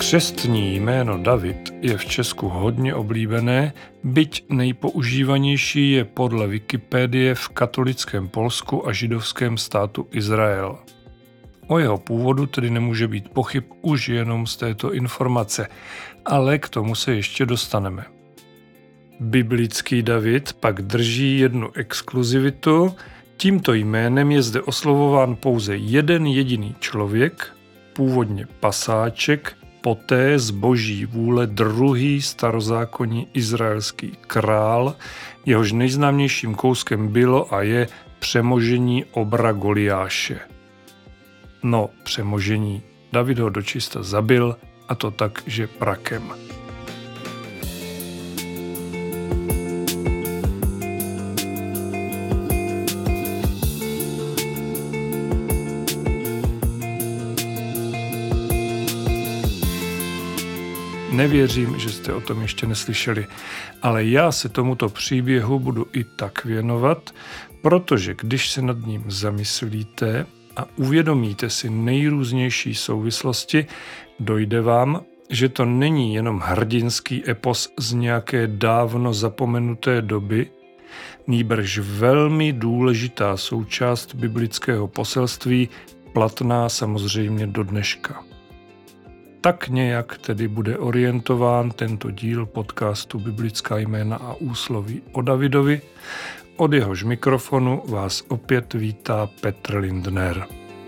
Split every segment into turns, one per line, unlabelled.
Křestní jméno David je v Česku hodně oblíbené, byť nejpoužívanější je podle Wikipedie v katolickém Polsku a židovském státu Izrael. O jeho původu tedy nemůže být pochyb už jenom z této informace, ale k tomu se ještě dostaneme. Biblický David pak drží jednu exkluzivitu, tímto jménem je zde oslovován pouze jeden jediný člověk, původně pasáček, poté z boží vůle druhý starozákonní izraelský král, jehož nejznámějším kouskem bylo a je přemožení obra Goliáše. No, přemožení. David ho dočista zabil, a to tak, že prakem. Nevěřím, že jste o tom ještě neslyšeli, ale já se tomuto příběhu budu i tak věnovat, protože když se nad ním zamyslíte a uvědomíte si nejrůznější souvislosti, dojde vám, že to není jenom hrdinský epos z nějaké dávno zapomenuté doby, nýbrž velmi důležitá součást biblického poselství, platná samozřejmě do dneška. Tak nějak tedy bude orientován tento díl podcastu Biblická jména a úsloví o Davidovi. Od jehož mikrofonu vás opět vítá Petr Lindner.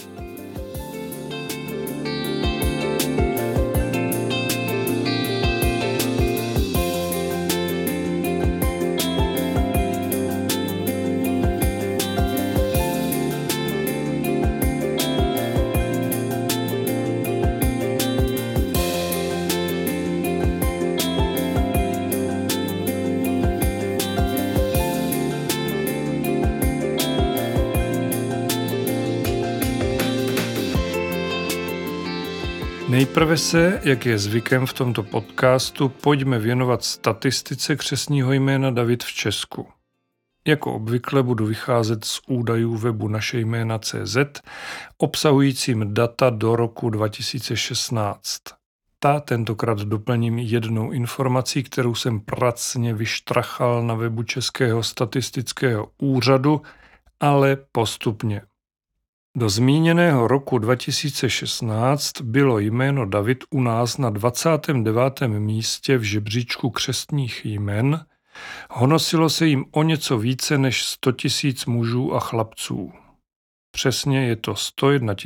Nejprve se, jak je zvykem v tomto podcastu, pojďme věnovat statistice křestního jména David v Česku. Jako obvykle budu vycházet z údajů webu našejména.cz, obsahujícím data do roku 2016. Tentokrát doplním jednou informací, kterou jsem pracně vyštrachal na webu Českého statistického úřadu, ale postupně. Do zmíněného roku 2016 bylo jméno David u nás na 29. místě v žebříčku křestních jmen, honosilo se jim o něco více než 100 000 mužů a chlapců. Přesně je to 101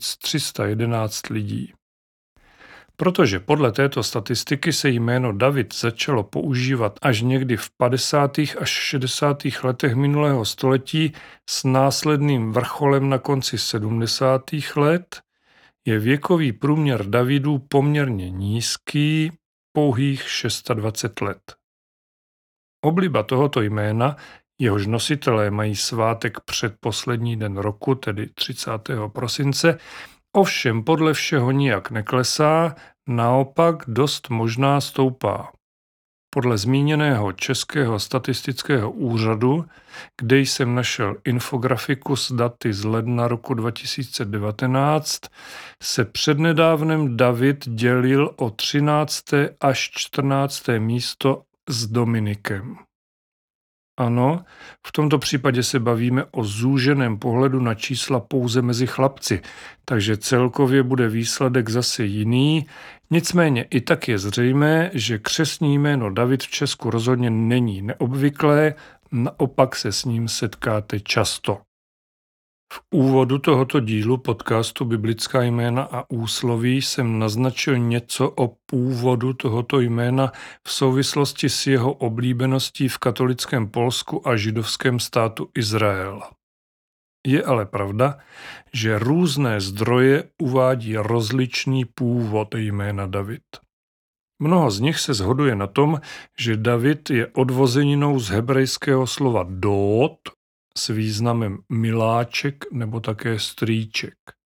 311 lidí. Protože podle této statistiky se jméno David začalo používat až někdy v 50. až 60. letech minulého století s následným vrcholem na konci 70. let, je věkový průměr Davidů poměrně nízký, pouhých 26 let. Obliba tohoto jména, jehož nositelé mají svátek předposlední den roku, tedy 30. prosince, ovšem podle všeho nijak neklesá, naopak dost možná stoupá. Podle zmíněného Českého statistického úřadu, kde jsem našel infografiku s daty z ledna roku 2019, se přednedávnem David dělil o 13. až 14. místo s Dominikem. Ano, v tomto případě se bavíme o zúženém pohledu na čísla pouze mezi chlapci, takže celkově bude výsledek zase jiný, nicméně i tak je zřejmé, že křestní jméno David v Česku rozhodně není neobvyklé, naopak se s ním setkáte často. V úvodu tohoto dílu podcastu Biblická jména a úsloví jsem naznačil něco o původu tohoto jména v souvislosti s jeho oblíbeností v katolickém Polsku a židovském státu Izrael. Je ale pravda, že různé zdroje uvádí rozličný původ jména David. Mnoho z nich se shoduje na tom, že David je odvozeninou z hebrejského slova dót, s významem miláček nebo také strýček.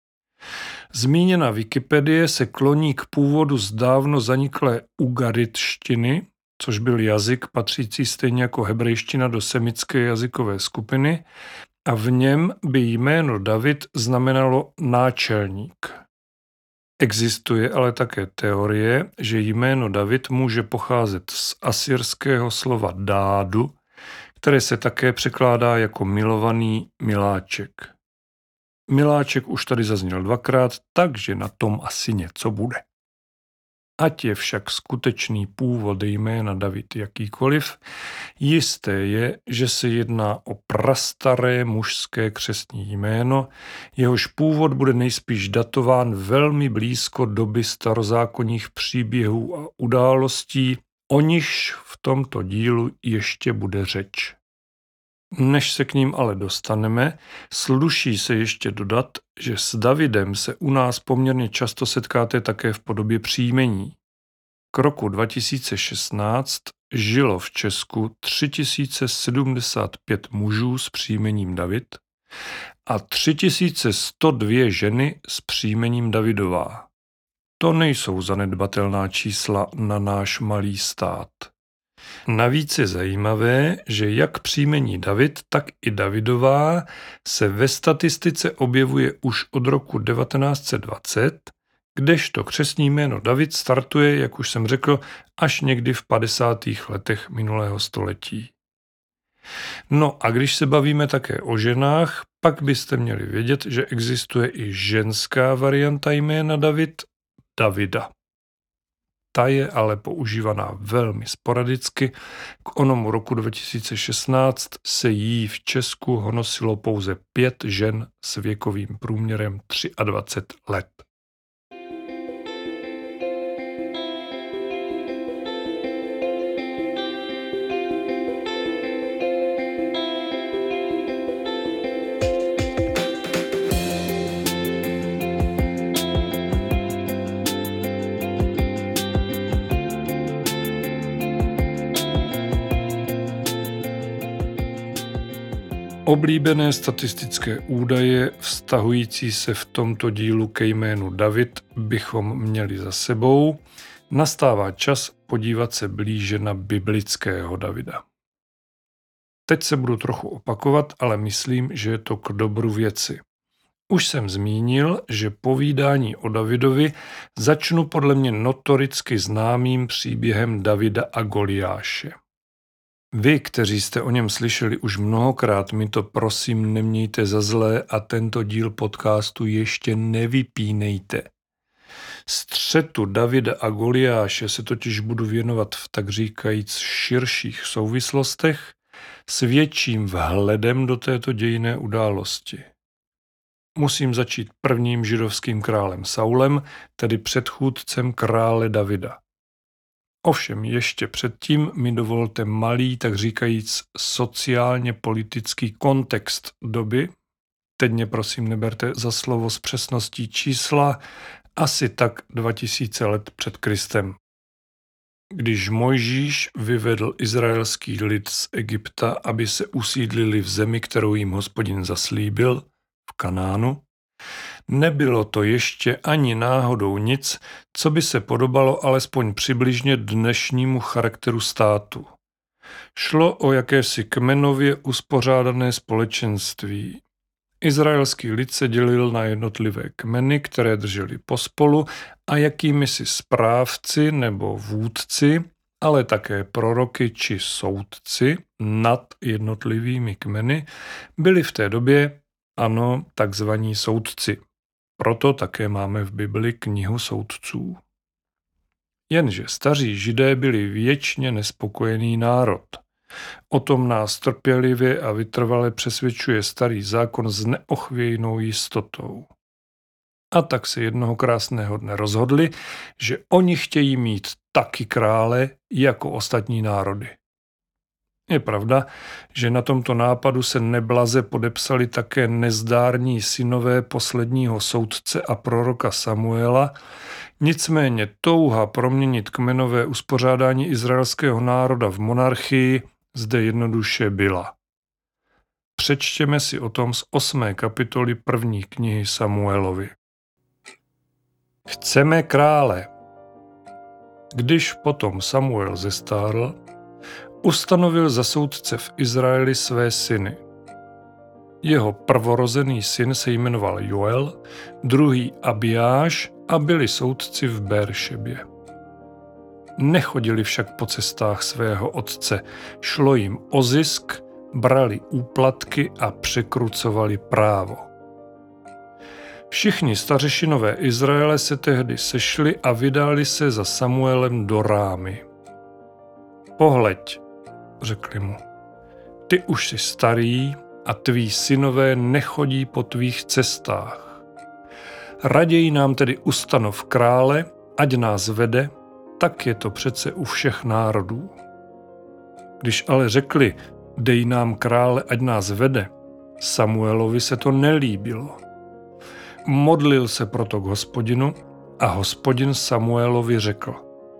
Zmíněná Wikipedie se kloní k původu z dávno zaniklé ugaritštiny, což byl jazyk patřící stejně jako hebrejština do semitské jazykové skupiny, a v něm by jméno David znamenalo náčelník. Existuje ale také teorie, že jméno David může pocházet z asyrského slova dádu, které se také překládá jako milovaný miláček. Miláček už tady zazněl dvakrát, takže na tom asi něco bude. Ať je však skutečný původ jména David jakýkoliv, jisté je, že se jedná o prastaré mužské křestní jméno, jehož původ bude nejspíš datován velmi blízko doby starozákonních příběhů a událostí, o nichž v tomto dílu ještě bude řeč. Než se k ním ale dostaneme, sluší se ještě dodat, že s Davidem se u nás poměrně často setkáte také v podobě příjmení. K roku 2016 žilo v Česku 3075 mužů s příjmením David a 3102 ženy s příjmením Davidová. To nejsou zanedbatelná čísla na náš malý stát. Navíc je zajímavé, že jak příjmení David, tak i Davidová se ve statistice objevuje už od roku 1920, kdežto křestní jméno David startuje, jak už jsem řekl, až někdy v 50. letech minulého století. No a když se bavíme také o ženách, pak byste měli vědět, že existuje i ženská varianta jména David, Davida. Ta je ale používaná velmi sporadicky. K onomu roku 2016 se jí v Česku honosilo pouze 5 žen s věkovým průměrem 23 let. Oblíbené statistické údaje vztahující se v tomto dílu ke jménu David bychom měli za sebou. Nastává čas podívat se blíže na biblického Davida. Teď se budu trochu opakovat, ale myslím, že je to k dobru věci. Už jsem zmínil, že povídání o Davidovi začnu podle mě notoricky známým příběhem Davida a Goliáše. Vy, kteří jste o něm slyšeli už mnohokrát, mi to prosím nemějte za zlé a tento díl podcastu ještě nevypínejte. Střetu Davida a Goliáše se totiž budu věnovat v tak říkajíc širších souvislostech s větším vhledem do této dějinné události. Musím začít prvním židovským králem Saulem, tedy předchůdcem krále Davida. Ovšem ještě předtím mi dovolte malý, tak říkajíc, sociálně politický kontext doby. Teď mě prosím neberte za slovo s přesností čísla, asi tak 2000 let před Kristem. Když Mojžíš vyvedl izraelský lid z Egypta, aby se usídlili v zemi, kterou jim Hospodin zaslíbil, v Kanánu, nebylo to ještě ani náhodou nic, co by se podobalo alespoň přibližně dnešnímu charakteru státu. Šlo o jakési kmenově uspořádané společenství. Izraelský lid se dělil na jednotlivé kmeny, které drželi pospolu a jakýmisi správci nebo vůdci, ale také proroky či soudci nad jednotlivými kmeny byli v té době, ano, takzvaní soudci. Proto také máme v Bibli knihu soudců. Jenže staří Židé byli věčně nespokojený národ. O tom nás trpělivě a vytrvale přesvědčuje starý zákon s neochvějnou jistotou. A tak se jednoho krásného dne rozhodli, že oni chtějí mít taky krále jako ostatní národy. Je pravda, že na tomto nápadu se neblaze podepsali také nezdární synové posledního soudce a proroka Samuela, nicméně touha proměnit kmenové uspořádání izraelského národa v monarchii zde jednoduše byla. Přečtěme si o tom z 8. kapitoly 1. knihy Samuelovi. Chceme krále. Když potom Samuel zestárl, ustanovil za soudce v Izraeli své syny. Jeho prvorozený syn se jmenoval Joel, druhý Abiáš a byli soudci v Béršebě. Nechodili však po cestách svého otce, šlo jim o zisk, brali úplatky a překrucovali právo. Všichni stařešinové Izraele se tehdy sešli a vydali se za Samuelem do Rámy. Pohleď, řekli mu, ty už jsi starý a tví synové nechodí po tvých cestách. Raději nám tedy ustanov krále, ať nás vede, tak je to přece u všech národů. Když ale řekli, dej nám krále, ať nás vede, Samuelovi se to nelíbilo. Modlil se proto k Hospodinu a Hospodin Samuelovi řekl: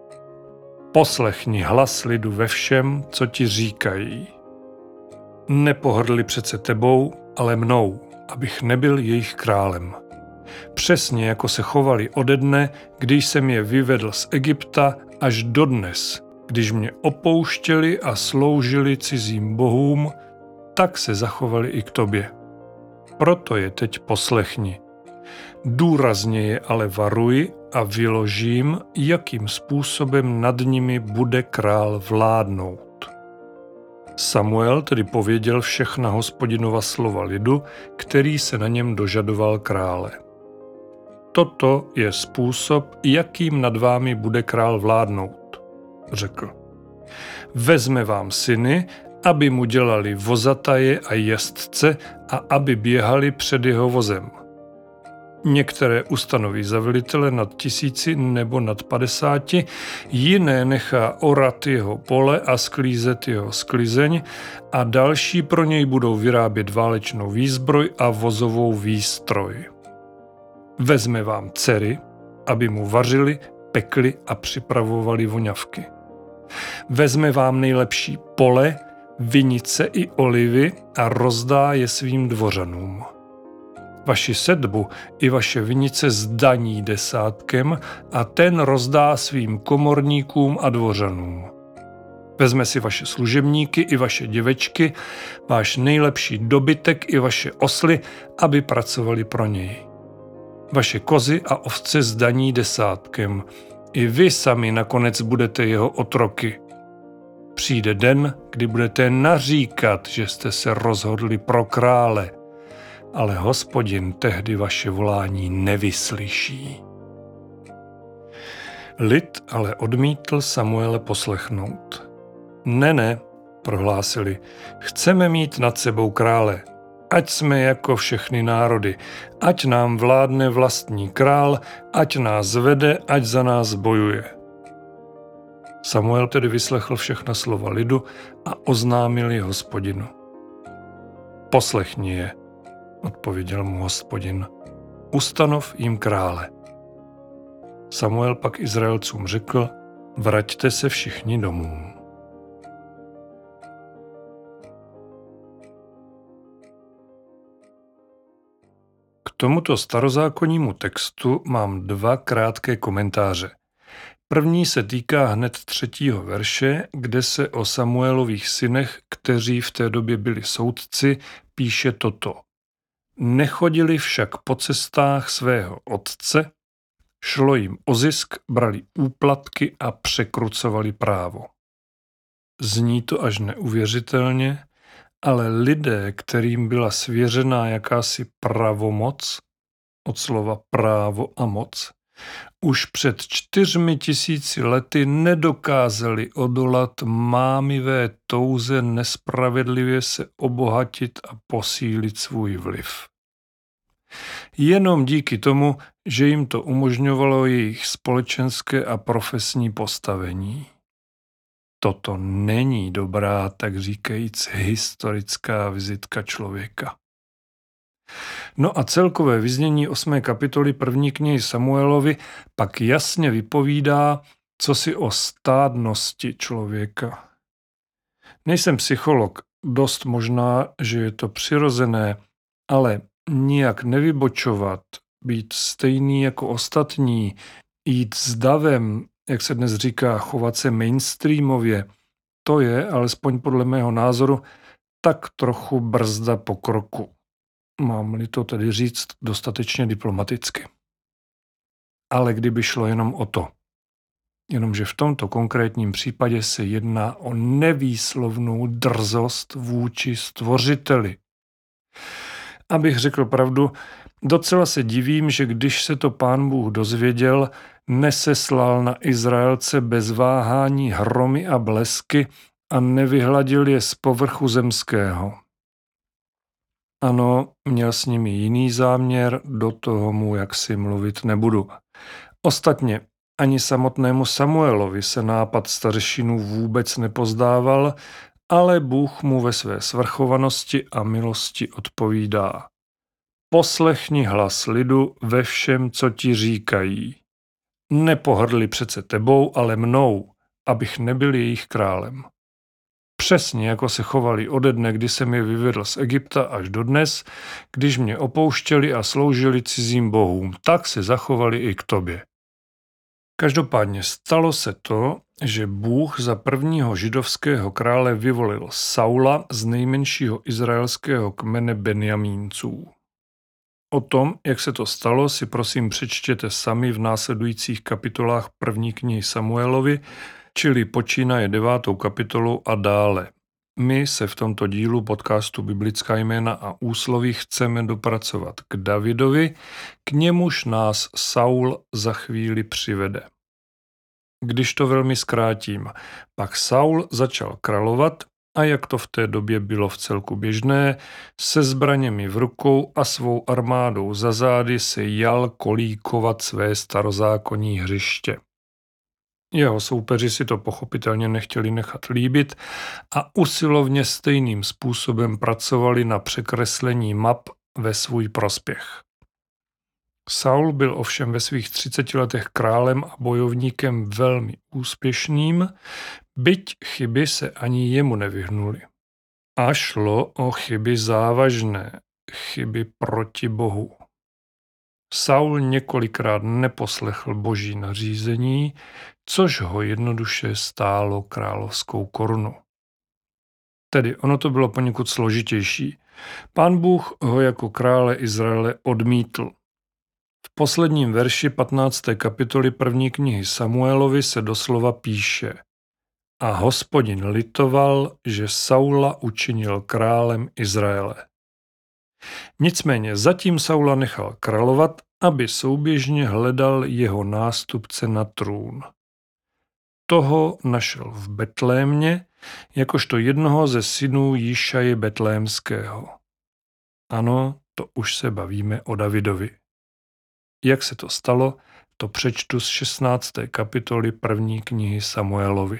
Poslechni hlas lidu ve všem, co ti říkají. Nepohrdli přece tebou, ale mnou, abych nebyl jejich králem. Přesně jako se chovali ode dne, když jsem je vyvedl z Egypta, až dodnes, když mě opouštěli a sloužili cizím bohům, tak se zachovali i k tobě. Proto je teď poslechni. Důrazně je ale varuji a vyložím, jakým způsobem nad nimi bude král vládnout. Samuel tedy pověděl všechna Hospodinova slova lidu, který se na něm dožadoval krále. Toto je způsob, jakým nad vámi bude král vládnout, řekl. Vezme vám syny, aby mu dělali vozataje a jezdce a aby běhali před jeho vozem. Některé ustanoví za velitele nad 1000 nebo nad 50, jiné nechá orat jeho pole a sklízet jeho sklizeň a další pro něj budou vyrábět válečnou výzbroj a vozovou výstroj. Vezme vám dcery, aby mu vařili, pekli a připravovali voňavky. Vezme vám nejlepší pole, vinice i olivy a rozdá je svým dvořanům. Vaši sedbu i vaše vinice zdaní desátkem a ten rozdá svým komorníkům a dvořanům. Vezme si vaše služebníky i vaše děvečky, váš nejlepší dobytek i vaše osly, aby pracovali pro něj. Vaše kozy a ovce zdaní desátkem. I vy sami nakonec budete jeho otroky. Přijde den, kdy budete naříkat, že jste se rozhodli pro krále, ale Hospodin tehdy vaše volání nevyslyší. Lid ale odmítl Samuele poslechnout. Ne, prohlásili, chceme mít nad sebou krále, ať jsme jako všechny národy, ať nám vládne vlastní král, ať nás vede, ať za nás bojuje. Samuel tedy vyslechl všechna slova lidu a oznámil je Hospodinu. Poslechni je, odpověděl mu Hospodin, ustanov jim krále. Samuel pak Izraelcům řekl, vraťte se všichni domů. K tomuto starozákonnímu textu mám 2 krátké komentáře. První se týká hned 3. verše, kde se o Samuelových synech, kteří v té době byli soudci, píše toto. Nechodili však po cestách svého otce, šlo jim o zisk, brali úplatky a překrucovali právo. Zní to až neuvěřitelně, ale lidé, kterým byla svěřená jakási pravomoc, od slova právo a moc, už před 4000 lety nedokázali odolat mámivé touze nespravedlivě se obohatit a posílit svůj vliv. Jenom díky tomu, že jim to umožňovalo jejich společenské a profesní postavení. Toto není dobrá, tak říkajíc, historická vizitka člověka. No a celkové vyznění 8. kapitoly 1. knihy Samuelovi pak jasně vypovídá, co si o stádnosti člověka. Nejsem psycholog, dost možná, že je to přirozené, ale nijak nevybočovat, být stejný jako ostatní, jít s davem, jak se dnes říká, chovat se mainstreamově, to je, alespoň podle mého názoru, tak trochu brzda pokroku. Mám-li to tedy říct dostatečně diplomaticky. ale kdyby šlo jenom o to. Jenomže v tomto konkrétním případě se jedná o nevýslovnou drzost vůči Stvořiteli. Abych řekl pravdu, docela se divím, že když se to Pán Bůh dozvěděl, neseslal na Izraelce bez váhání hromy a blesky a nevyhladil je z povrchu zemského. Ano, měl s nimi jiný záměr, do toho mu jaksi mluvit nebudu. Ostatně ani samotnému Samuelovi se nápad staršinů vůbec nepozdával, ale Bůh mu ve své svrchovanosti a milosti odpovídá. Poslechni hlas lidu ve všem, co ti říkají. Nepohrdli přece tebou, ale mnou, abych nebyl jejich králem. Přesně jako se chovali ode dne, kdy jsem je vyvedl z Egypta až dodnes, když mě opouštěli a sloužili cizím bohům, tak se zachovali i k tobě. Každopádně stalo se to, že Bůh za prvního židovského krále vyvolil Saula z nejmenšího izraelského kmene Benjamínců. O tom, jak se to stalo, si prosím přečtěte sami v následujících kapitolách první knihy Samuelovi, čili počínaje 9. kapitolou a dále. My se v tomto dílu podcastu Biblická jména a úsloví chceme dopracovat k Davidovi, k němuž nás Saul za chvíli přivede. Když to velmi zkrátím, pak Saul začal královat a jak to v té době bylo vcelku běžné, se zbraněmi v rukou a svou armádou za zády se jal kolíkovat své starozákonní hřiště. Jeho soupeři si to pochopitelně nechtěli nechat líbit a usilovně stejným způsobem pracovali na překreslení map ve svůj prospěch. Saul byl ovšem ve svých 30 letech králem a bojovníkem velmi úspěšným, byť chyby se ani jemu nevyhnuly. A šlo o chyby závažné, chyby proti Bohu. Saul několikrát neposlechl boží nařízení, což ho jednoduše stálo královskou korunu. Tedy ono to bylo poněkud složitější. Pán Bůh ho jako krále Izraele odmítl. V posledním verši 15. kapitoly první knihy Samuelovi se doslova píše: A Hospodin litoval, že Saula učinil králem Izraele. Nicméně zatím Saula nechal královat, aby souběžně hledal jeho nástupce na trůn. Toho našel v Betlémě, jakožto jednoho ze synů Jíšaje Betlémského. Ano, to už se bavíme o Davidovi. Jak se to stalo, to přečtu z 16. kapitoly první knihy Samuelovi.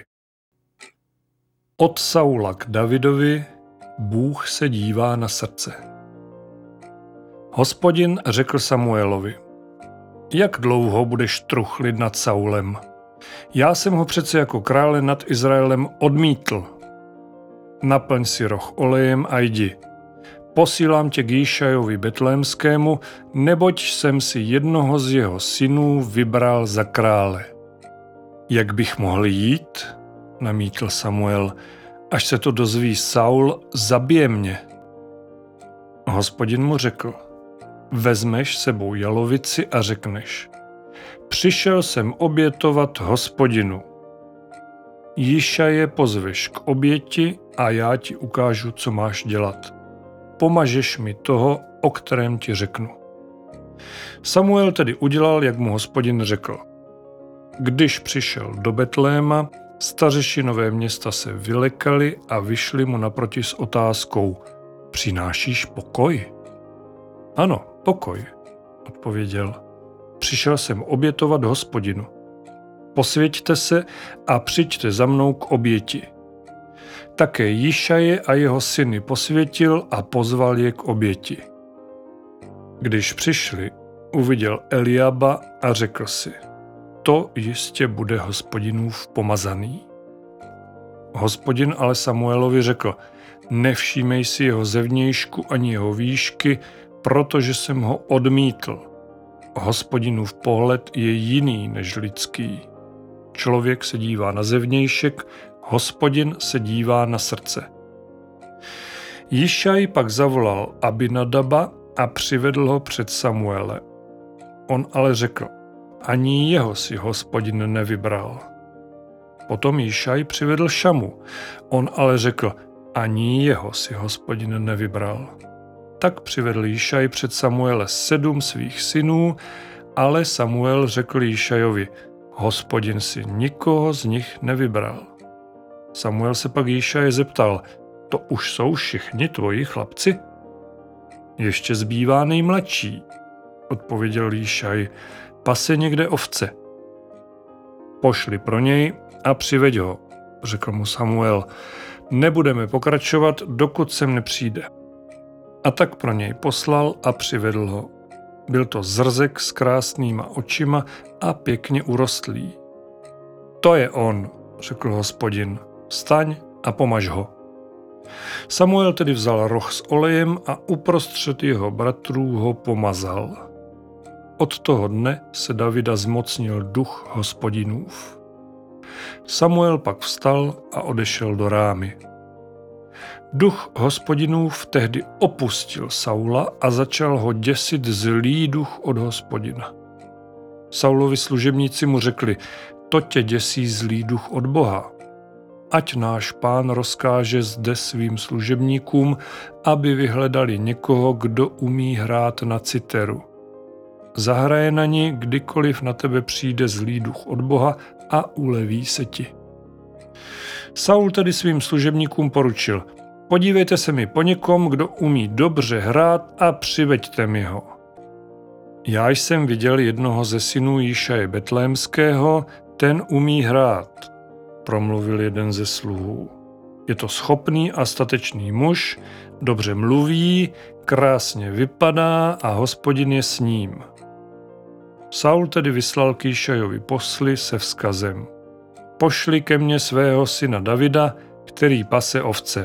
Od Saula k Davidovi Bůh se dívá na srdce. Hospodin řekl Samuelovi: Jak dlouho budeš truchlit nad Saulem? Já jsem ho přece jako krále nad Izraelem odmítl. Naplň si roh olejem a jdi. Posílám tě k Jíšajovi Betlémskému, neboť jsem si jednoho z jeho synů vybral za krále. Jak bych mohl jít? Namítl Samuel. Až se to dozví Saul, zabije mě. Hospodin mu řekl: Vezmeš sebou jalovici a řekneš: Přišel jsem obětovat Hospodinu. Jíšaje pozveš k oběti a já ti ukážu, co máš dělat. Pomažeš mi toho, o kterém ti řeknu. Samuel tedy udělal, jak mu Hospodin řekl. Když přišel do Betléma, stařešinové města se vylekali a vyšli mu naproti s otázkou: Přinášíš pokoj? Ano, pokoj, odpověděl. Přišel jsem obětovat Hospodinu. Posvěťte se a přijďte za mnou k oběti. Také Jíšaje a jeho syny posvětil a pozval je k oběti. Když přišli, uviděl Eliaba a řekl si: To jistě bude Hospodinův pomazaný. Hospodin ale Samuelovi řekl: Nevšímej si jeho zevnějšku ani jeho výšky, protože jsem ho odmítl. Hospodinův pohled je jiný než lidský. Člověk se dívá na zevnějšek, Hospodin se dívá na srdce. Jíšaj pak zavolal Abinadaba a přivedl ho před Samuele. On ale řekl: ani jeho si Hospodin nevybral. Potom Jíšaj přivedl Šamu, on ale řekl, ani jeho si Hospodin nevybral. Tak přivedl Jíšaj před Samuele 7 svých synů, ale Samuel řekl Jíšajovi, Hospodin si nikoho z nich nevybral. Samuel se pak Jíšaje zeptal, to už jsou všichni tvoji chlapci? Ještě zbývá nejmladší, odpověděl Jíšaj, pase někde ovce. Pošli pro něj a přiveď ho, řekl mu Samuel, nebudeme pokračovat, dokud sem nepřijde. A tak pro něj poslal a přivedl ho. Byl to zrzek s krásnýma očima a pěkně urostlý. To je on, řekl Hospodin, vstaň a pomaž ho. Samuel tedy vzal roh s olejem a uprostřed jeho bratrů ho pomazal. Od toho dne se Davida zmocnil duch Hospodinův. Samuel pak vstal a odešel do Rámy. Duch Hospodinův tehdy opustil Saula a začal ho děsit zlý duch od Hospodina. Saulovi služebníci mu řekli, to tě děsí zlý duch od Boha. Ať náš pán rozkáže zde svým služebníkům, aby vyhledali někoho, kdo umí hrát na citeru. Zahraje na ní, kdykoliv na tebe přijde zlý duch od Boha a uleví se ti. Saul tedy svým služebníkům poručil, podívejte se mi po někom, kdo umí dobře hrát a přiveďte mi ho. Já jsem viděl jednoho ze synů Jíšaje Betlémského, ten umí hrát, promluvil jeden ze sluhů. Je to schopný a statečný muž, dobře mluví, krásně vypadá a Hospodin je s ním. Saul tedy vyslal k Jíšajovi posly se vzkazem. Pošli ke mně svého syna Davida, který pase ovce.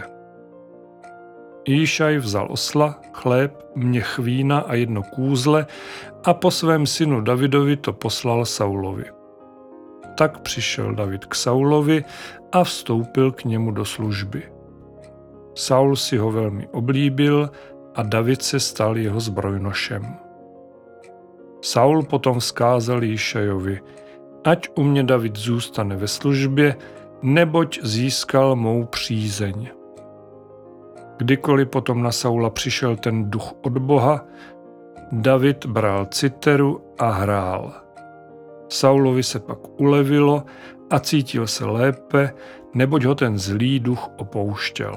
Jíšaj vzal osla, chléb, měch vína a jedno kůzle a po svém synu Davidovi to poslal Saulovi. Tak přišel David k Saulovi a vstoupil k němu do služby. Saul si ho velmi oblíbil a David se stal jeho zbrojnošem. Saul potom vzkázal Jíšajovi, ať u mě David zůstane ve službě, neboť získal mou přízeň. Kdykoliv potom na Saula přišel ten duch od Boha, David bral citeru a hrál. Saulovi se pak ulevilo a cítil se lépe, neboť ho ten zlý duch opouštěl.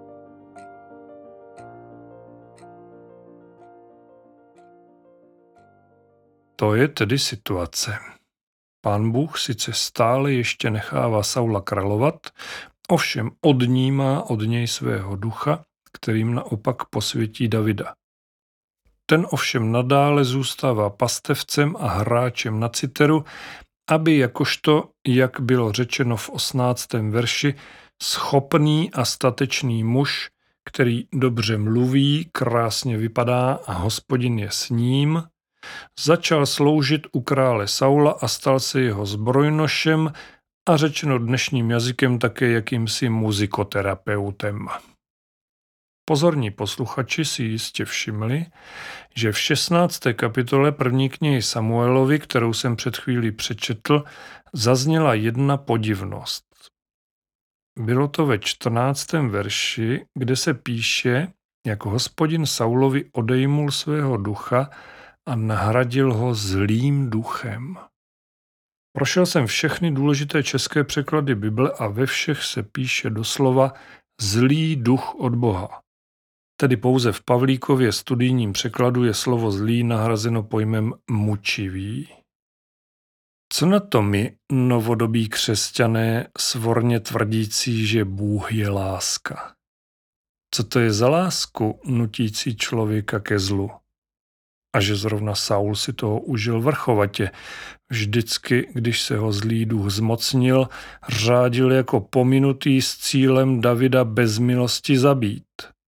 To je tedy situace. Pán Bůh sice stále ještě nechává Saula královat, ovšem odnímá od něj svého ducha, kterým naopak posvětí Davida. Ten ovšem nadále zůstává pastevcem a hráčem na citeru, aby jakožto, jak bylo řečeno v 18. verši, schopný a statečný muž, který dobře mluví, krásně vypadá a Hospodin je s ním, začal sloužit u krále Saula a stal se jeho zbrojnošem a řečeno dnešním jazykem také jakýmsi muzikoterapeutem. Pozorní posluchači si jistě všimli, že v 16. kapitole první knihy Samuelovi, kterou jsem před chvílí přečetl, zazněla jedna podivnost. Bylo to ve 14. verši, kde se píše, jak Hospodin Saulovi odejmul svého ducha a nahradil ho zlým duchem. Prošel jsem všechny důležité české překlady Bible a ve všech se píše doslova zlý duch od Boha. Tedy pouze v Pavlíkově studijním překladu je slovo zlý nahrazeno pojmem mučivý. Co na to my, novodobí křesťané, svorně tvrdící, že Bůh je láska? Co to je za lásku nutící člověka ke zlu? A že zrovna Saul si toho užil vrchovatě. Vždycky, když se ho zlý duch zmocnil, řádil jako pominutý s cílem Davida bez milosti zabít.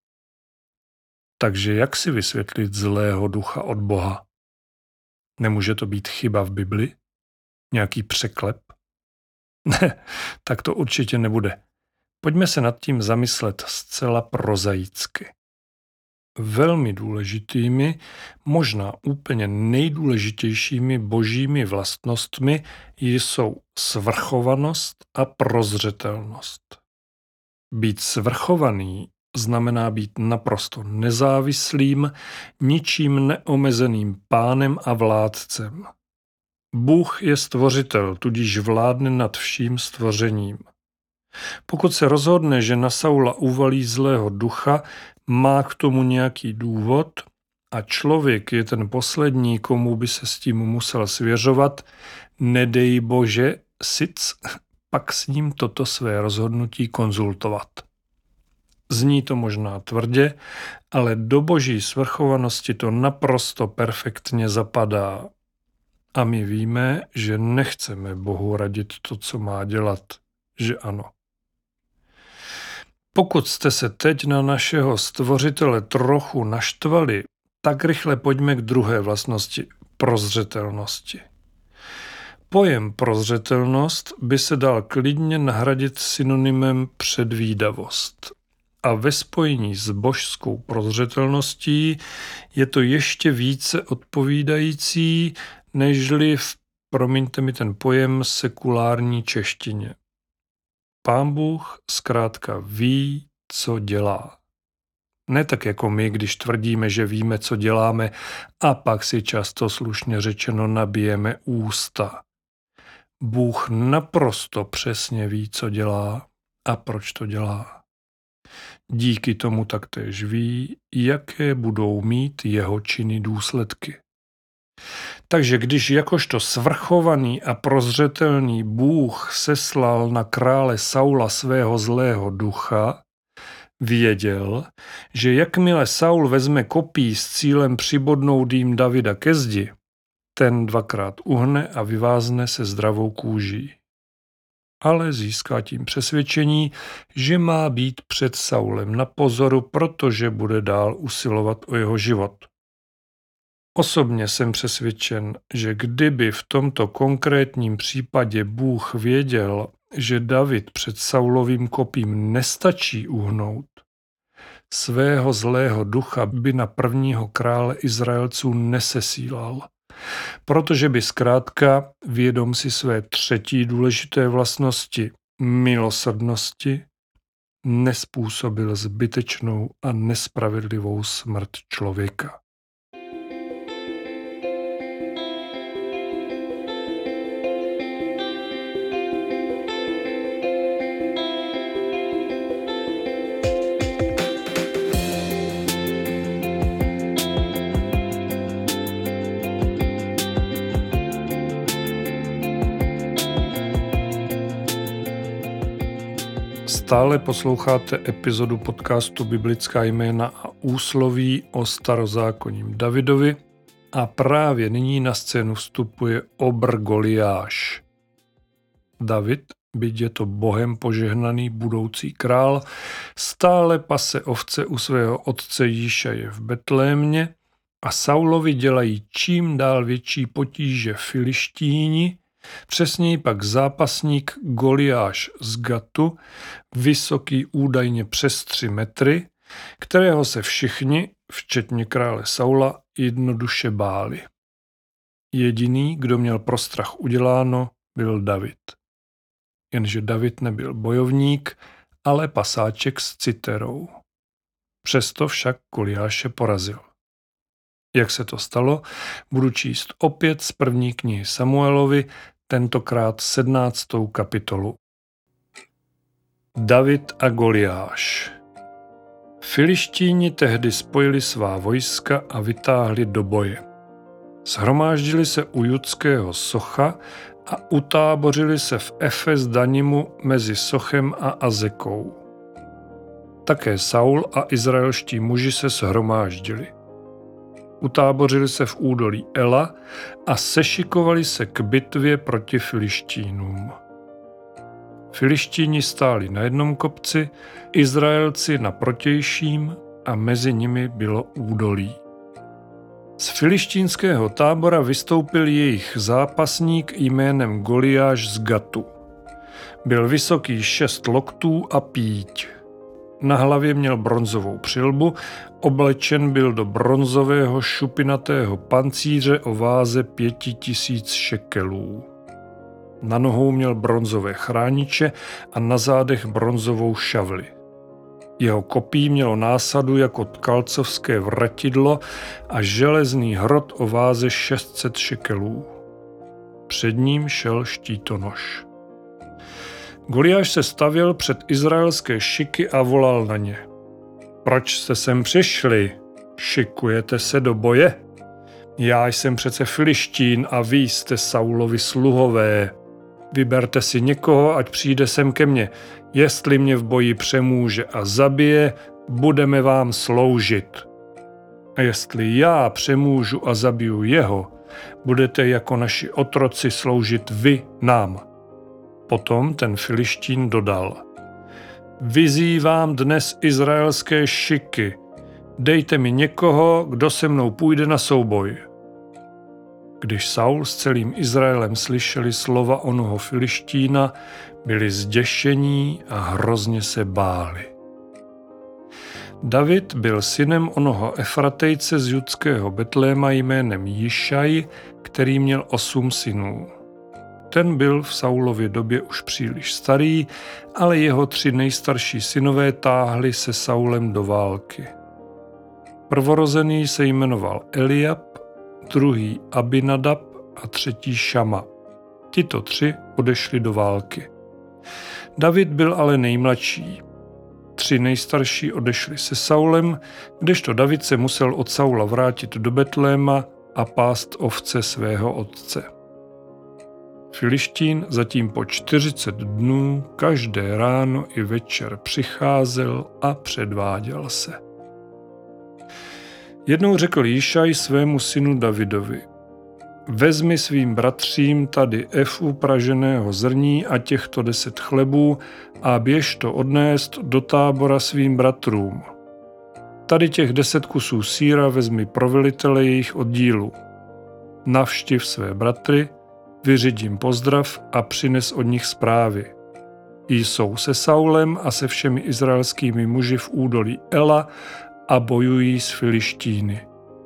Takže jak si vysvětlit zlého ducha od Boha? Nemůže to být chyba v Bibli? Nějaký překlep? Ne, tak to určitě nebude. Pojďme se nad tím zamyslet zcela prozaicky. velmi důležitými, možná úplně nejdůležitějšími božími vlastnostmi jsou svrchovanost a prozřetelnost. Být svrchovaný znamená být naprosto nezávislým, ničím neomezeným pánem a vládcem. Bůh je stvořitel, tudíž vládne nad vším stvořením. Pokud se rozhodne, že na Saula uvalí zlého ducha, má k tomu nějaký důvod a člověk je ten poslední, komu by se s tím musel svěřovat, nedej Bože, pak s ním toto své rozhodnutí konzultovat. Zní to možná tvrdě, ale do boží svrchovanosti to naprosto perfektně zapadá. A my víme, že nechceme Bohu radit to, co má dělat, že ano. Pokud jste se teď na našeho stvořitele trochu naštvali, tak rychle pojďme k druhé vlastnosti, prozřetelnosti. Pojem prozřetelnost by se dal klidně nahradit synonymem předvídavost. A ve spojení s božskou prozřetelností je to ještě více odpovídající, nežli promiňte mi ten pojem, sekulární češtině. Pán Bůh zkrátka ví, co dělá. Ne tak jako my, když tvrdíme, že víme, co děláme, a pak si často slušně řečeno nabijeme ústa. Bůh naprosto přesně ví, co dělá a proč to dělá. Díky tomu taktéž ví, jaké budou mít jeho činy důsledky. Takže když jakožto svrchovaný a prozřetelný Bůh seslal na krále Saula svého zlého ducha, věděl, že jakmile Saul vezme kopí s cílem přibodnout jím Davida ke zdi, ten dvakrát uhne a vyvázne se zdravou kůží. Ale získá tím přesvědčení, že má být před Saulem na pozoru, protože bude dál usilovat o jeho život. Osobně jsem přesvědčen, že kdyby v tomto konkrétním případě Bůh věděl, že David před Saulovým kopím nestačí uhnout, svého zlého ducha by na prvního krále Izraelců nesesílal, protože by zkrátka, vědom si své třetí důležité vlastnosti, milosrdnosti, nespůsobil zbytečnou a nespravedlivou smrt člověka. Stále posloucháte epizodu podcastu Biblická jména a úsloví o starozákonním Davidovi a právě nyní na scénu vstupuje obr Goliáš. David, byť je to Bohem požehnaný budoucí král, stále pase ovce u svého otce Jíšaje v Betlémě a Saulovi dělají čím dál větší potíže Filištíni, přesněji pak zápasník Goliáš z Gatu, vysoký údajně přes 3 metry, kterého se všichni, včetně krále Saula, jednoduše báli. Jediný, kdo měl pro strach uděláno, byl David. Jenže David nebyl bojovník, ale pasáček s citerou. Přesto však Goliáše porazil. Jak se to stalo, budu číst opět z první knihy Samuelovi, tentokrát 17. kapitolu. David a Goliáš. Filištíni tehdy spojili svá vojska a vytáhli do boje. Shromáždili se u judského Socha a utábořili se v Efes Danimu mezi Sochem a Azekou. Také Saul a izraelští muži se shromáždili. Utábořili se v údolí Ela a sešikovali se k bitvě proti Filištínům. Filištíni stáli na jednom kopci, Izraelci na protějším a mezi nimi bylo údolí. Z filištínského tábora vystoupil jejich zápasník jménem Goliáš z Gatu. Byl vysoký 6 loktů a píď. Na hlavě měl bronzovou přilbu, oblečen byl do bronzového šupinatého pancíře o váze 5000 šekelů. Na nohou měl bronzové chrániče a na zádech bronzovou šavli. Jeho kopí mělo násadu jako tkalcovské vratidlo a železný hrot o váze 600 šekelů. Před ním šel štítonoš. Goliáš se stavěl před izraelské šiky a volal na ně. Proč jste sem přišli? Šikujete se do boje? Já jsem přece Filištín a vy jste Saulovi sluhové. Vyberte si někoho, ať přijde sem ke mně. Jestli mě v boji přemůže a zabije, budeme vám sloužit. A jestli já přemůžu a zabiju jeho, budete jako naši otroci sloužit vy nám. Potom ten Filištín dodal. Vyzývám dnes izraelské šiky. Dejte mi někoho, kdo se mnou půjde na souboj. Když Saul s celým Izraelem slyšeli slova onoho Filištína, byli zděšení a hrozně se báli. David byl synem onoho Efratejce z judského Betléma jménem Jišaj, který měl 8 synů. Ten byl v Saulově době už příliš starý, ale jeho 3 nejstarší synové táhli se Saulem do války. Prvorozený se jmenoval Eliab, druhý Abinadab a třetí Šama. Tito 3 odešli do války. David byl ale nejmladší. 3 nejstarší odešli se Saulem, kdežto David se musel od Saula vrátit do Betléma a pást ovce svého otce. Filištín zatím po 40 dnů každé ráno i večer přicházel a předváděl se. Jednou řekl Jišaj svému synu Davidovi. Vezmi svým bratřím tady efu praženého zrní a těchto 10 chlebů a běž to odnést do tábora svým bratrům. Tady těch 10 kusů sýra vezmi pro velitele jejich oddílu. Navštiv své bratry, vyřiď jim pozdrav a přines od nich zprávy. Jsou se Saulem a se všemi izraelskými muži v údolí Ela a bojují s Filištíny.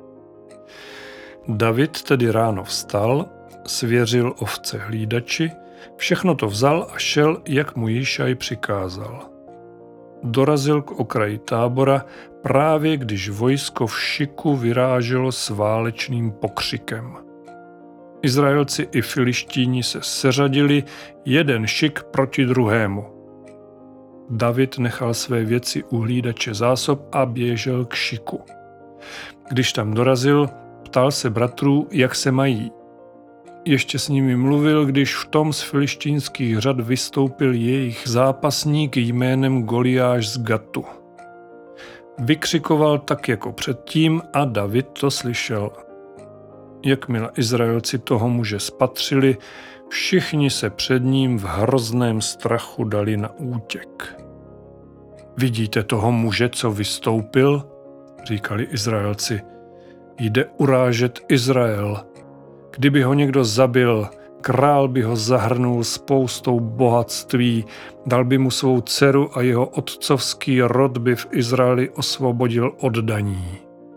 David tedy ráno vstal, svěřil ovce hlídači, všechno to vzal a šel, jak mu Jišaj přikázal. Dorazil k okraji tábora právě když vojsko v šiku vyráželo s válečným pokřikem. Izraelci i Filištíni se seřadili jeden šik proti druhému. David nechal své věci u hlídače zásob a běžel k šiku. Když tam dorazil, ptal se bratrů, jak se mají. Ještě s nimi mluvil, když v tom z filištínských řad vystoupil jejich zápasník jménem Goliáš z Gatu. Vykřikoval tak jako předtím a David to slyšel. Jakmile Izraelci toho muže spatřili, všichni se před ním v hrozném strachu dali na útěk. Vidíte toho muže, co vystoupil? Říkali Izraelci. Jde urážet Izrael. Kdyby ho někdo zabil, král by ho zahrnul spoustou bohatství, dal by mu svou dceru a jeho otcovský rod by v Izraeli osvobodil od daní.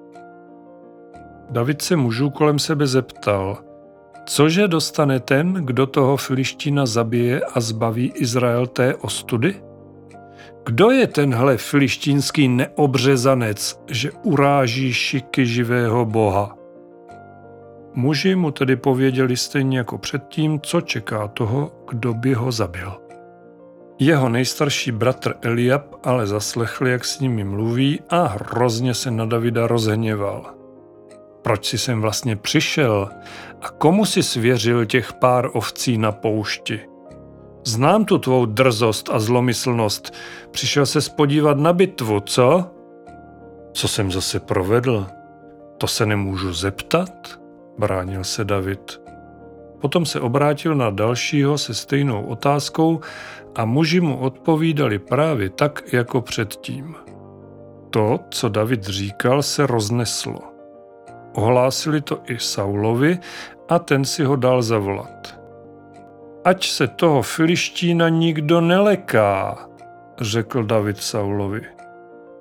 David se mužů kolem sebe zeptal, cože dostane ten, kdo toho Filištína zabije a zbaví Izrael té ostudy? Kdo je tenhle filištínský neobřezanec, že uráží šiky živého Boha? Muži mu tedy pověděli stejně jako předtím, co čeká toho, kdo by ho zabil. Jeho nejstarší bratr Eliab ale zaslechl, jak s nimi mluví a hrozně se na Davida rozhněval. Proč jsi sem vlastně přišel a komu jsi svěřil těch pár ovcí na poušti? Znám tu tvou drzost a zlomyslnost. Přišel ses podívat na bitvu, co? Co jsem zase provedl? To se nemůžu zeptat? Bránil se David. Potom se obrátil na dalšího se stejnou otázkou a muži mu odpovídali právě tak, jako předtím. To, co David říkal, se rozneslo. Ohlásili to i Saulovi a ten si ho dal zavolat. Ať se toho Filištína nikdo neleká, řekl David Saulovi.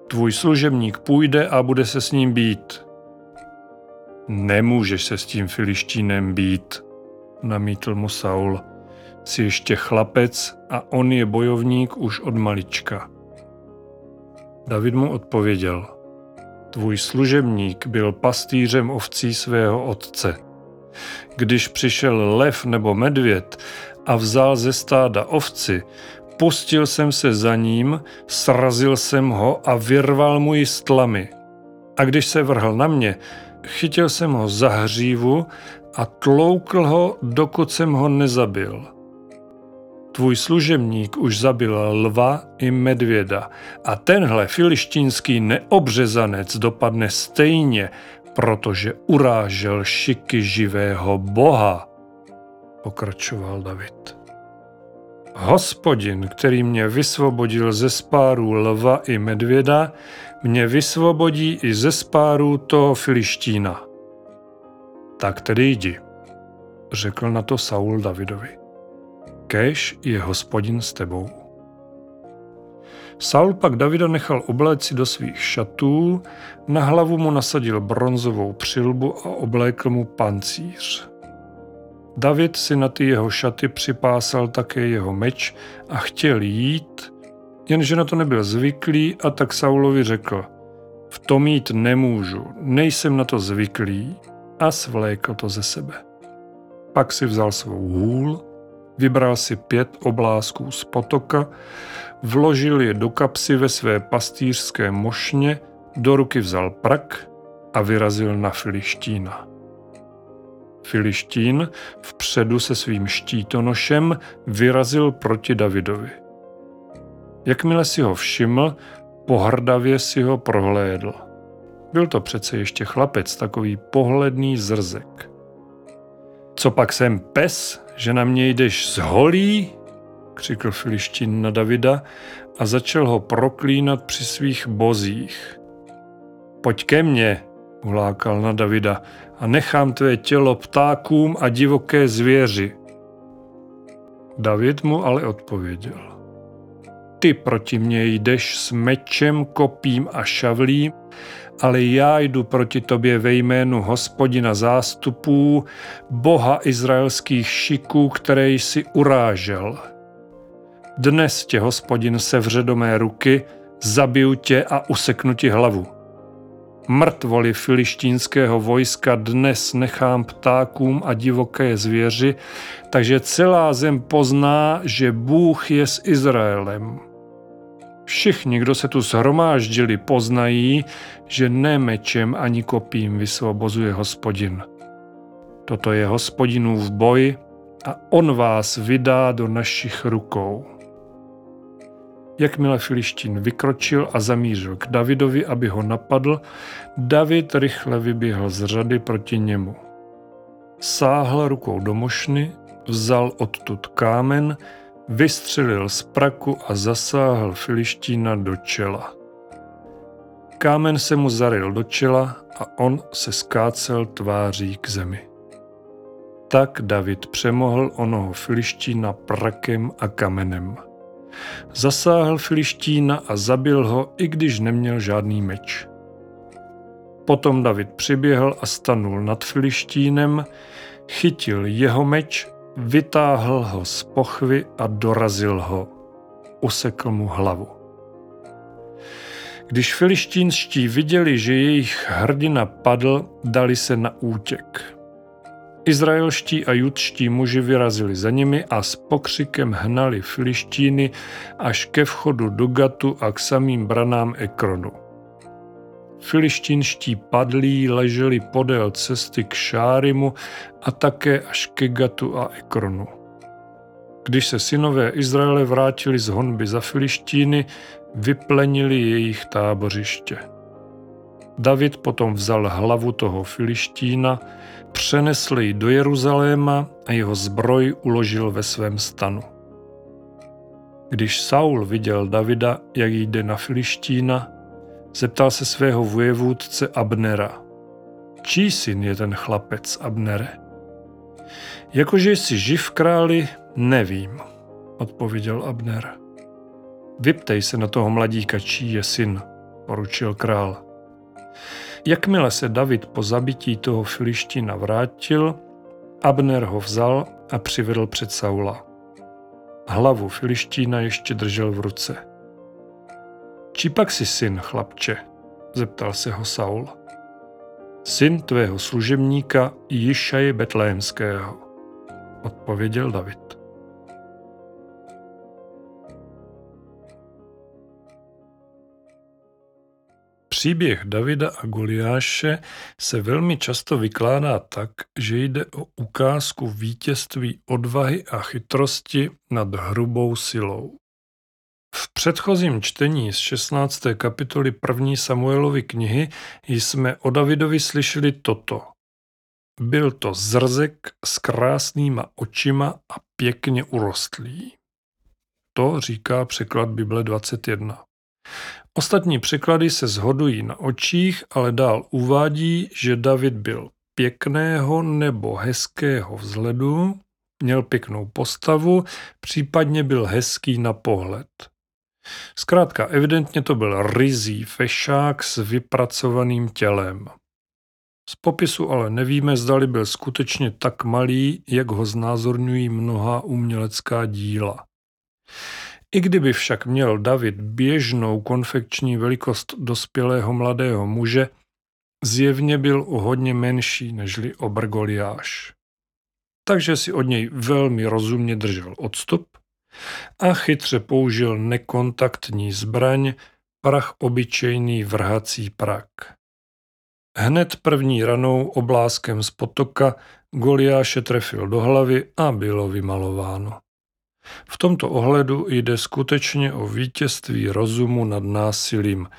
Tvůj služebník půjde a bude se s ním být. Nemůžeš se s tím Filištínem být, namítl mu Saul. Jsi ještě chlapec a on je bojovník už od malička. David mu odpověděl. Tvůj služebník byl pastýřem ovcí svého otce. Když přišel lev nebo medvěd a vzal ze stáda ovci, pustil jsem se za ním, srazil jsem ho a vyrval mu ji z tlamy. A když se vrhl na mě, chytil jsem ho za hřívu a tloukl ho, dokud jsem ho nezabil. Tvůj služebník už zabil lva i medvěda a tenhle filištínský neobřezanec dopadne stejně, protože urážel šiky živého Boha, pokračoval David. Hospodin, který mě vysvobodil ze spárů lva i medvěda, mě vysvobodí i ze spárů toho Filištína. Tak tedy jdi, řekl na to Saul Davidovi. Kéž je Hospodin s tebou. Saul pak Davida nechal obléci do svých šatů, na hlavu mu nasadil bronzovou přilbu a oblékl mu pancíř. David si na ty jeho šaty připásal také jeho meč a chtěl jít, jenže na to nebyl zvyklý a tak Saulovi řekl, v tom jít nemůžu, nejsem na to zvyklý a svlékl to ze sebe. Pak si vzal svou hůl, vybral si 5 oblásků z potoka, vložil je do kapsy ve své pastýřské mošně, do ruky vzal prak a vyrazil na Filištína. Filištín vpředu se svým štítonošem vyrazil proti Davidovi. Jakmile si ho všiml, pohrdavě si ho prohlédl. Byl to přece ještě chlapec, takový pohledný zrzek. Co pak jsem pes, že na mě jdeš z holí? Křikl Filištín na Davida a začal ho proklínat při svých bozích. Pojď ke mně, ulákal na Davida, a nechám tvé tělo ptákům a divoké zvěři. David mu ale odpověděl. Ty proti mně jdeš s mečem, kopím a šavlím, ale já jdu proti tobě ve jménu Hospodina zástupů, Boha izraelských šiků, které jsi urážel. Dnes tě Hospodin sevře do mé ruky, zabiju tě a useknu ti hlavu. Mrtvoli filištínského vojska dnes nechám ptákům a divoké zvěři, takže celá zem pozná, že Bůh je s Izraelem. Všichni, kdo se tu shromáždili, poznají, že ne mečem ani kopím vysvobozuje Hospodin. Toto je Hospodinův boj a on vás vydá do našich rukou. Jakmile Filištín vykročil a zamířil k Davidovi, aby ho napadl, David rychle vyběhl z řady proti němu. Sáhl rukou do mošny, vzal odtud kámen, vystřelil z praku a zasáhl Filištína do čela. Kámen se mu zaryl do čela a on se skácel tváří k zemi. Tak David přemohl onoho Filištína prakem a kamenem. Zasáhl Filištína a zabil ho, i když neměl žádný meč. Potom David přiběhl a stanul nad Filištínem, chytil jeho meč, vytáhl ho z pochvy a dorazil ho. Usekl mu hlavu. Když filištínští viděli, že jejich hrdina padl, dali se na útěk. Izraelští a judští muži vyrazili za nimi a s pokřikem hnali Filištíny až ke vchodu do Gatu a k samým branám Ekronu. Filištínští padlí leželi podél cesty k Šárimu a také až ke Gatu a Ekronu. Když se synové Izraele vrátili z honby za Filištíny, vyplenili jejich tábořiště. David potom vzal hlavu toho Filištína, přenesl ji do Jeruzaléma a jeho zbroj uložil ve svém stanu. Když Saul viděl Davida, jak jde na Filištína, zeptal se svého vojevůdce Abnera. Čí syn je ten chlapec, Abnere? Jakože jsi živ, králi, nevím, odpověděl Abner. Vyptej se na toho mladíka, čí je syn, poručil král. Jakmile se David po zabití toho Filištína vrátil, Abner ho vzal a přivedl před Saula. Hlavu Filištína ještě držel v ruce. Čí pak jsi syn, chlapče? Zeptal se ho Saul. Syn tvého služebníka Jišaje Betlémského, odpověděl David. Příběh Davida a Goliáše se velmi často vykládá tak, že jde o ukázku vítězství odvahy a chytrosti nad hrubou silou. V předchozím čtení z 16. kapitoly 1. Samuelovy knihy jsme o Davidovi slyšeli toto. Byl to zrzek s krásnýma očima a pěkně urostlý. To říká překlad Bible 21. Ostatní překlady se shodují na očích, ale dál uvádí, že David byl pěkného nebo hezkého vzhledu, měl pěknou postavu, případně byl hezký na pohled. Zkrátka, evidentně to byl ryzí fešák s vypracovaným tělem. Z popisu ale nevíme, zdali byl skutečně tak malý, jak ho znázorňují mnohá umělecká díla. I kdyby však měl David běžnou konfekční velikost dospělého mladého muže, zjevně byl o hodně menší nežli obr Goliáš. Takže si od něj velmi rozumně držel odstup a chytře použil nekontaktní zbraň, prach obyčejný vrhací prak. Hned první ranou obláskem z potoka Goliáše trefil do hlavy a bylo vymalováno. V tomto ohledu jde skutečně o vítězství rozumu nad násilím.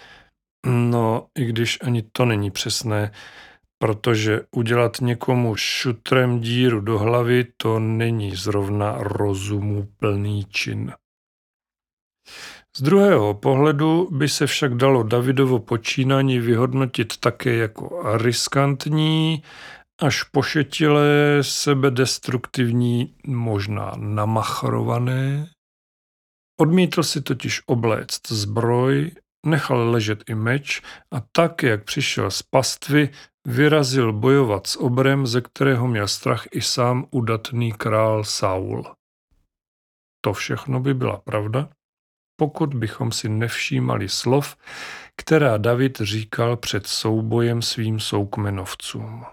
No, i když ani to není přesné, protože udělat někomu šutrem díru do hlavy, to není zrovna rozumu plný čin. Z druhého pohledu by se však dalo Davidovo počínání vyhodnotit také jako riskantní, až pošetilé, sebedestruktivní, možná namachrované. Odmítl si totiž obléct zbroj, nechal ležet i meč a tak, jak přišel z pastvy, vyrazil bojovat s obrem, ze kterého měl strach i sám udatný král Saul. To všechno by byla pravda, pokud bychom si nevšímali slov, která David říkal před soubojem svým soukmenovcům.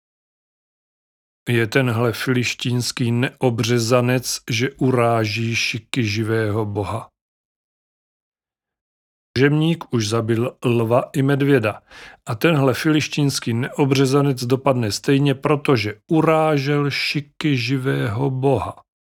Je tenhle filištínský neobřezanec, že uráží šiky živého Boha. Žemník už zabil lva i medvěda a tenhle filištínský neobřezanec dopadne stejně, protože urážel šiky živého Boha.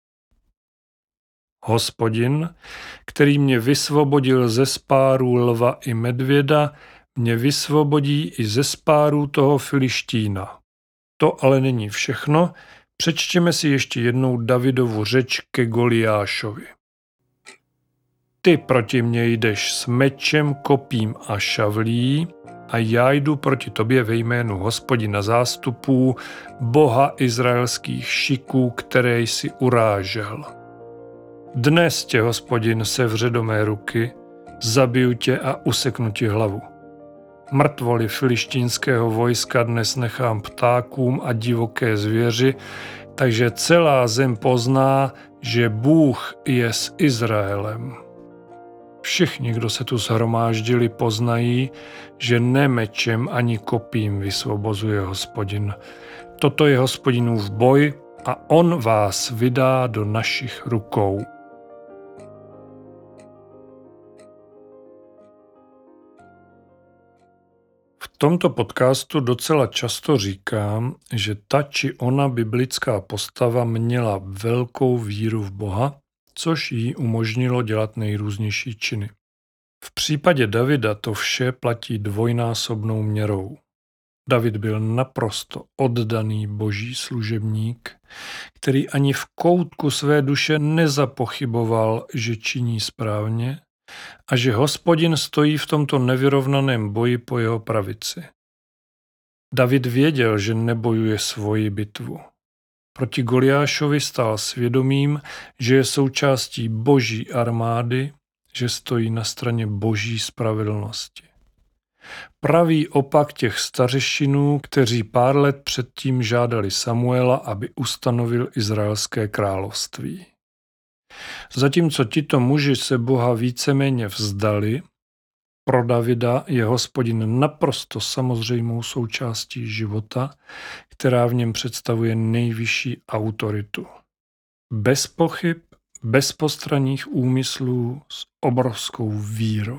Hospodin, který mě vysvobodil ze spárů lva i medvěda, mě vysvobodí i ze spárů toho Filištína. To ale není všechno, přečtěme si ještě jednou Davidovu řeč ke Goliášovi. Ty proti mně jdeš s mečem, kopím a šavlí a já jdu proti tobě ve jménu Hospodina zástupů, Boha izraelských šiků, které jsi urážel. Dnes tě, Hospodin, sevře do mé ruky, zabiju tě a useknu ti hlavu. Mrtvoly filištínského vojska dnes nechám ptákům a divoké zvěři, takže celá zem pozná, že Bůh je s Izraelem. Všichni, kdo se tu shromáždili, poznají, že ne mečem ani kopím vysvobozuje Hospodin. Toto je Hospodinův boj a on vás vydá do našich rukou. V tomto podcastu docela často říkám, že ta či ona biblická postava měla velkou víru v Boha, což jí umožnilo dělat nejrůznější činy. V případě Davida to vše platí dvojnásobnou měrou. David byl naprosto oddaný boží služebník, který ani v koutku své duše nezapochyboval, že činí správně a že Hospodin stojí v tomto nevyrovnaném boji po jeho pravici. David věděl, že nebojuje svoji bitvu. Proti Goliášovi stál svědomím, že je součástí boží armády, že stojí na straně boží spravedlnosti. Pravý opak těch stařešinů, kteří pár let předtím žádali Samuela, aby ustanovil izraelské království. Zatímco tito muži se Boha víceméně vzdali, pro Davida je Hospodin naprosto samozřejmou součástí života, která v něm představuje nejvyšší autoritu. Bez pochyb, bez postranních úmyslů, s obrovskou vírou.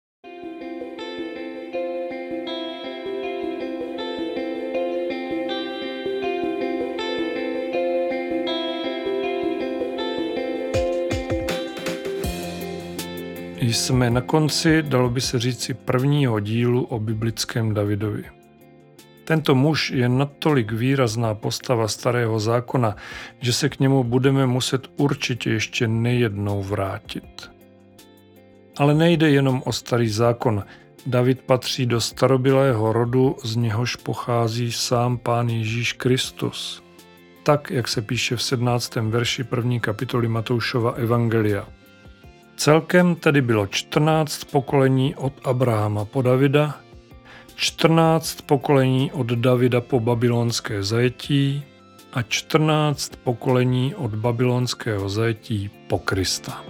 Jsme na konci, dalo by se říci, prvního dílu o biblickém Davidovi. Tento muž je natolik výrazná postava Starého zákona, že se k němu budeme muset určitě ještě nejednou vrátit. Ale nejde jenom o Starý zákon. David patří do starobylého rodu, z něhož pochází sám Pán Ježíš Kristus. Tak, jak se píše v 17. verši 1. kapitoly Matoušova evangelia. Celkem tedy bylo 14 pokolení od Abrahama po Davida, 14 pokolení od Davida po babylonské zajetí a 14 pokolení od babylonského zajetí po Krista.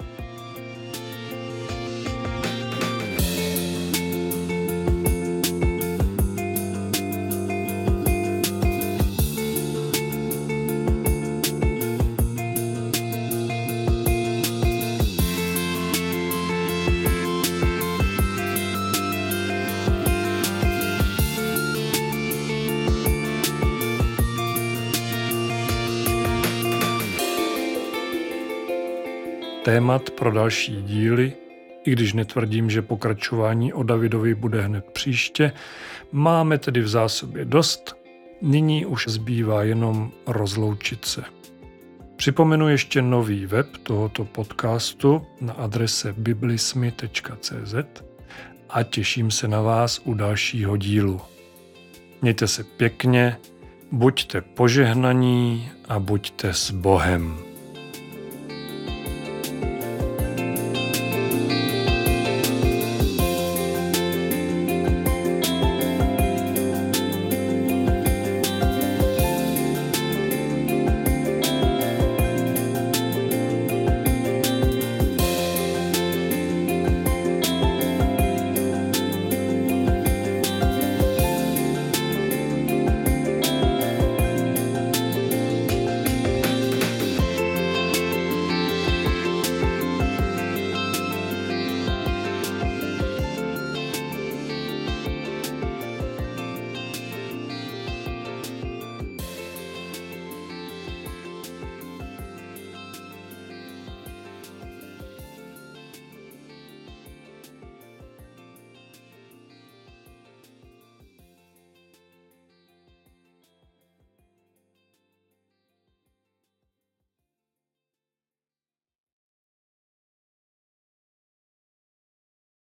Témat pro další díly, i když netvrdím, že pokračování o Davidovi bude hned příště, máme tedy v zásobě dost, nyní už zbývá jenom rozloučit se. Připomenu ještě nový web tohoto podcastu na adrese biblismy.cz a těším se na vás u dalšího dílu. Mějte se pěkně, buďte požehnaní a buďte s Bohem.